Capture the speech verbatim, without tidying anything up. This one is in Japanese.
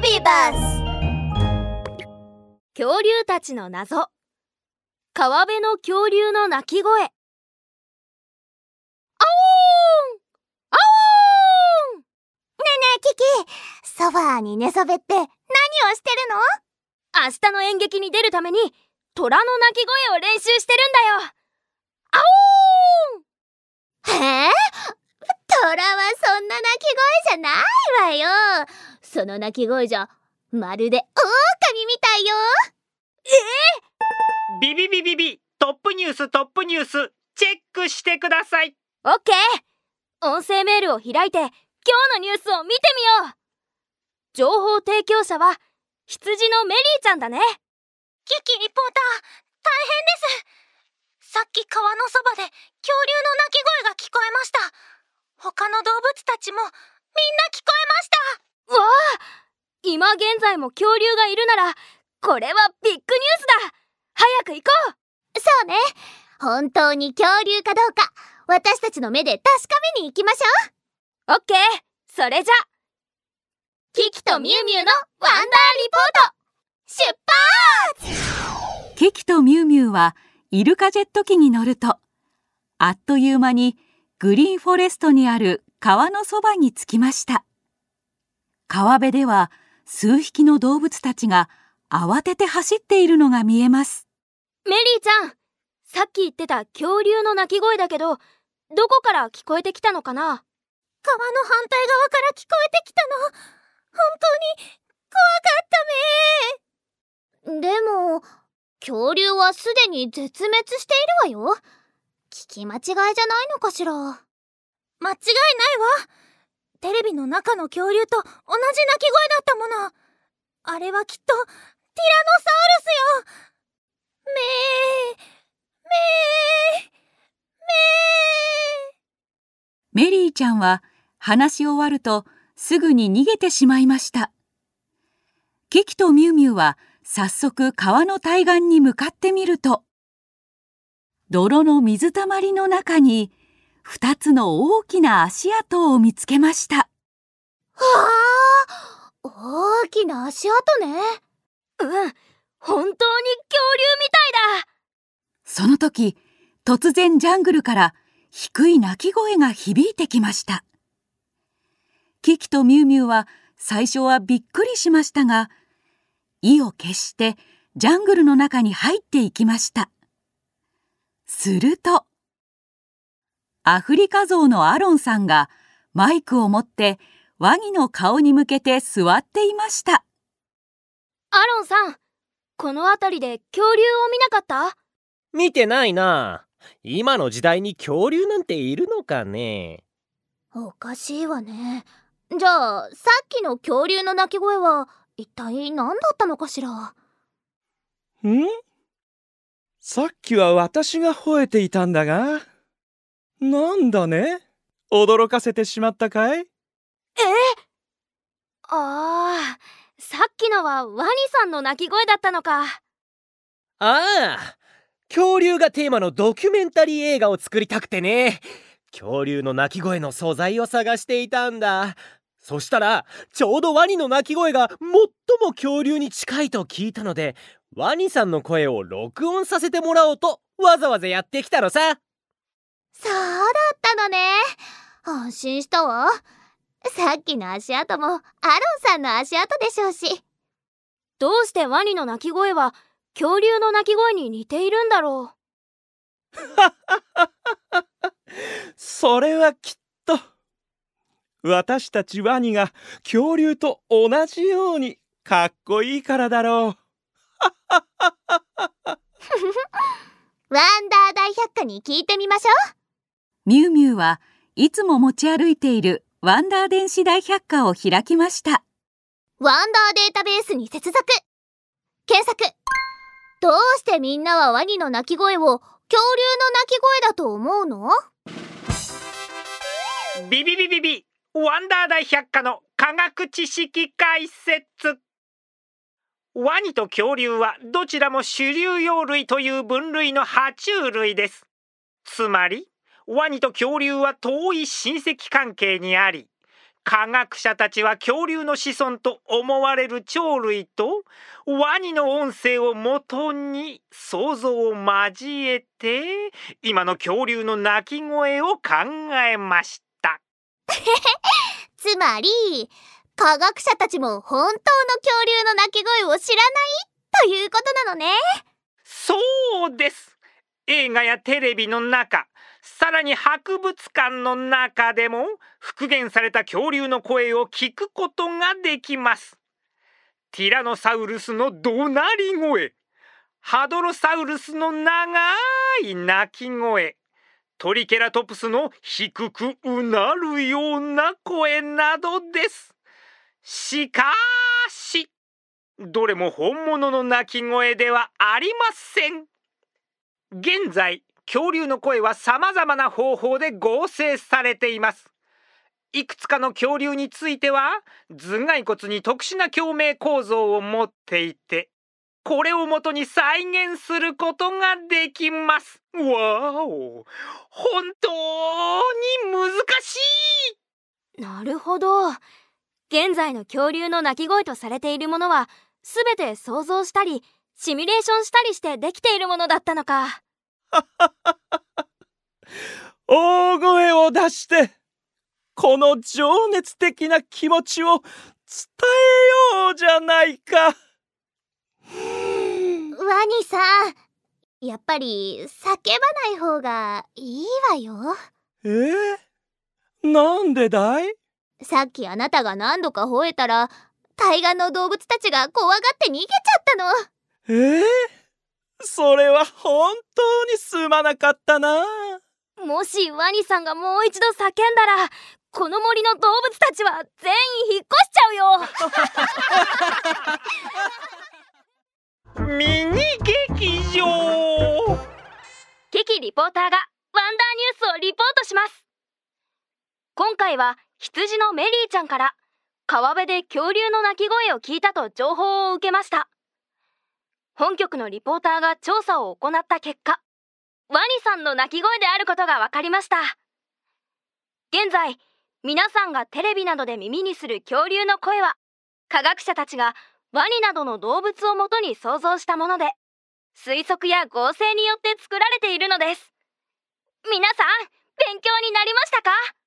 ビバス。 恐竜たちの謎。川辺の恐竜の鳴き声。あおーん、あおーん。 ねえねえキキ、ソファーに寝そべって何をしてるの？ 明日の演劇に出るために虎の鳴き声を練習してるんだよ。あおーん。 へえ、虎はそんな鳴き声じゃないわよ。その鳴き声じゃまるで狼みたいよ。 えー、ビビビビビ、トップニューストップニュース、チェックしてください。 オッケー。音声メールを開いて今日のニュースを見てみよう。情報提供者は羊のメリーちゃんだね。 キキリポーター、大変です。さっき川のそばで恐竜の鳴き声が聞こえました。他の動物たちもみんな聞こえました。 わあ、今現在も恐竜がいるならこれはビッグニュースだ。早く行こう。 そうね、本当に恐竜かどうか私たちの目で確かめに行きましょう。オッケー。それじゃキキとミュウミュウのワンダーリポート出発。 キキとミュウミュウはイルカジェット機に乗るとあっという間にグリーンフォレストにある川のそばに着きました。川辺では数匹の動物たちが慌てて走っているのが見えます。 メリーちゃん、さっき言ってた恐竜の鳴き声だけどどこから聞こえてきたのかな？ 川の反対側から聞こえてきたの。本当に怖かっため。でも恐竜はすでに絶滅しているわよ。聞き間違いじゃないのかしら。間違いないわ。テレビの中の恐竜と同じ鳴き声だったもの。あれはきっとティラノサウルスよ。めーめーめー。メリーちゃんは話し終わるとすぐに逃げてしまいました。キキとミュウミュウは早速川の対岸に向かってみると、泥の水たまりの中に二つの大きな足跡を見つけました。わあ、大きな足跡ね。 うん、本当に恐竜みたいだ。 その時、突然ジャングルから低い鳴き声が響いてきました。キキとミュウミュウは最初はびっくりしましたが、意を決してジャングルの中に入っていきました。すると、アフリカゾウのアロンさんがマイクを持ってワニの顔に向けて座っていました。 アロンさん、この辺りで恐竜を見なかった？ 見てないな。今の時代に恐竜なんているのかね。 おかしいわね。じゃあさっきの恐竜の鳴き声は一体何だったのかしら。ん？ さっきは私が吠えていたんだが、なんだね、驚かせてしまったかい？ え？ああ、さっきのはワニさんの鳴き声だったのか。ああ、恐竜がテーマのドキュメンタリー映画を作りたくてね、恐竜の鳴き声の素材を探していたんだ。そしたらちょうどワニの鳴き声が最も恐竜に近いと聞いたので、ワニさんの声を録音させてもらおうとわざわざやってきたのさ。 そうだったのね。安心したわ。さっきの足跡もアロンさんの足跡でしょうし。 どうしてワニの鳴き声は恐竜の鳴き声に似ているんだろう。 それはきっと私たちワニが恐竜と同じようにかっこいいからだろう。 ワンダー大百科に聞いてみましょう。 ミュウミュウはいつも持ち歩いているワンダー電子大百科を開きました。 ワンダーデータベースに接続。検索。どうしてみんなはワニの鳴き声を恐竜の鳴き声だと思うの？ ビビビビビ、ワンダー大百科の科学知識解説。ワニと恐竜はどちらも種竜葉類という分類の爬虫類です。つまりワニと恐竜は遠い親戚関係にあり、 科学者たちは恐竜の子孫と思われる鳥類とワニの音声をもとに想像を交えて今の恐竜の鳴き声を考えました。 つまり科学者たちも本当の恐竜の鳴き声を知らないということなのね。 そうです。映画やテレビの中、さらに博物館の中でも復元された恐竜の声を聞くことができます。ティラノサウルスの怒鳴り声、ハドロサウルスの長い鳴き声、トリケラトプスの低くうなるような声などです。しかし、どれも本物の鳴き声ではありません。現在、恐竜の声はさまざまな方法で合成されています。いくつかの恐竜については頭蓋骨に特殊な共鳴構造を持っていて、これをもとに再現することができます。わお、本当に難しい。 なるほど。現在の恐竜の鳴き声とされているものはすべて想像したりシミュレーションしたりしてできているものだったのか。 大声を出してこの情熱的な気持ちを伝えようじゃないか。 ワニさん、やっぱり叫ばない方がいいわよ。 えー、なんでだい？ さっきあなたが何度か吠えたら対岸の動物たちが怖がって逃げちゃったの。 えー、それは本当にすまなかったな。 もしワニさんがもう一度叫んだらこの森の動物たちは全員引っ越しちゃうよ。 ミニ劇場。 キキリポーターがワンダーニュースをリポートします。今回は羊のメリーちゃんから川辺で恐竜の鳴き声を聞いたと情報を受けました。本局のリポーターが調査を行った結果、ワニさんの鳴き声であることが分かりました。現在皆さんがテレビなどで耳にする恐竜の声は科学者たちがワニなどの動物をもとに想像したもので推測や合成によって作られているのです。皆さん勉強になりましたか？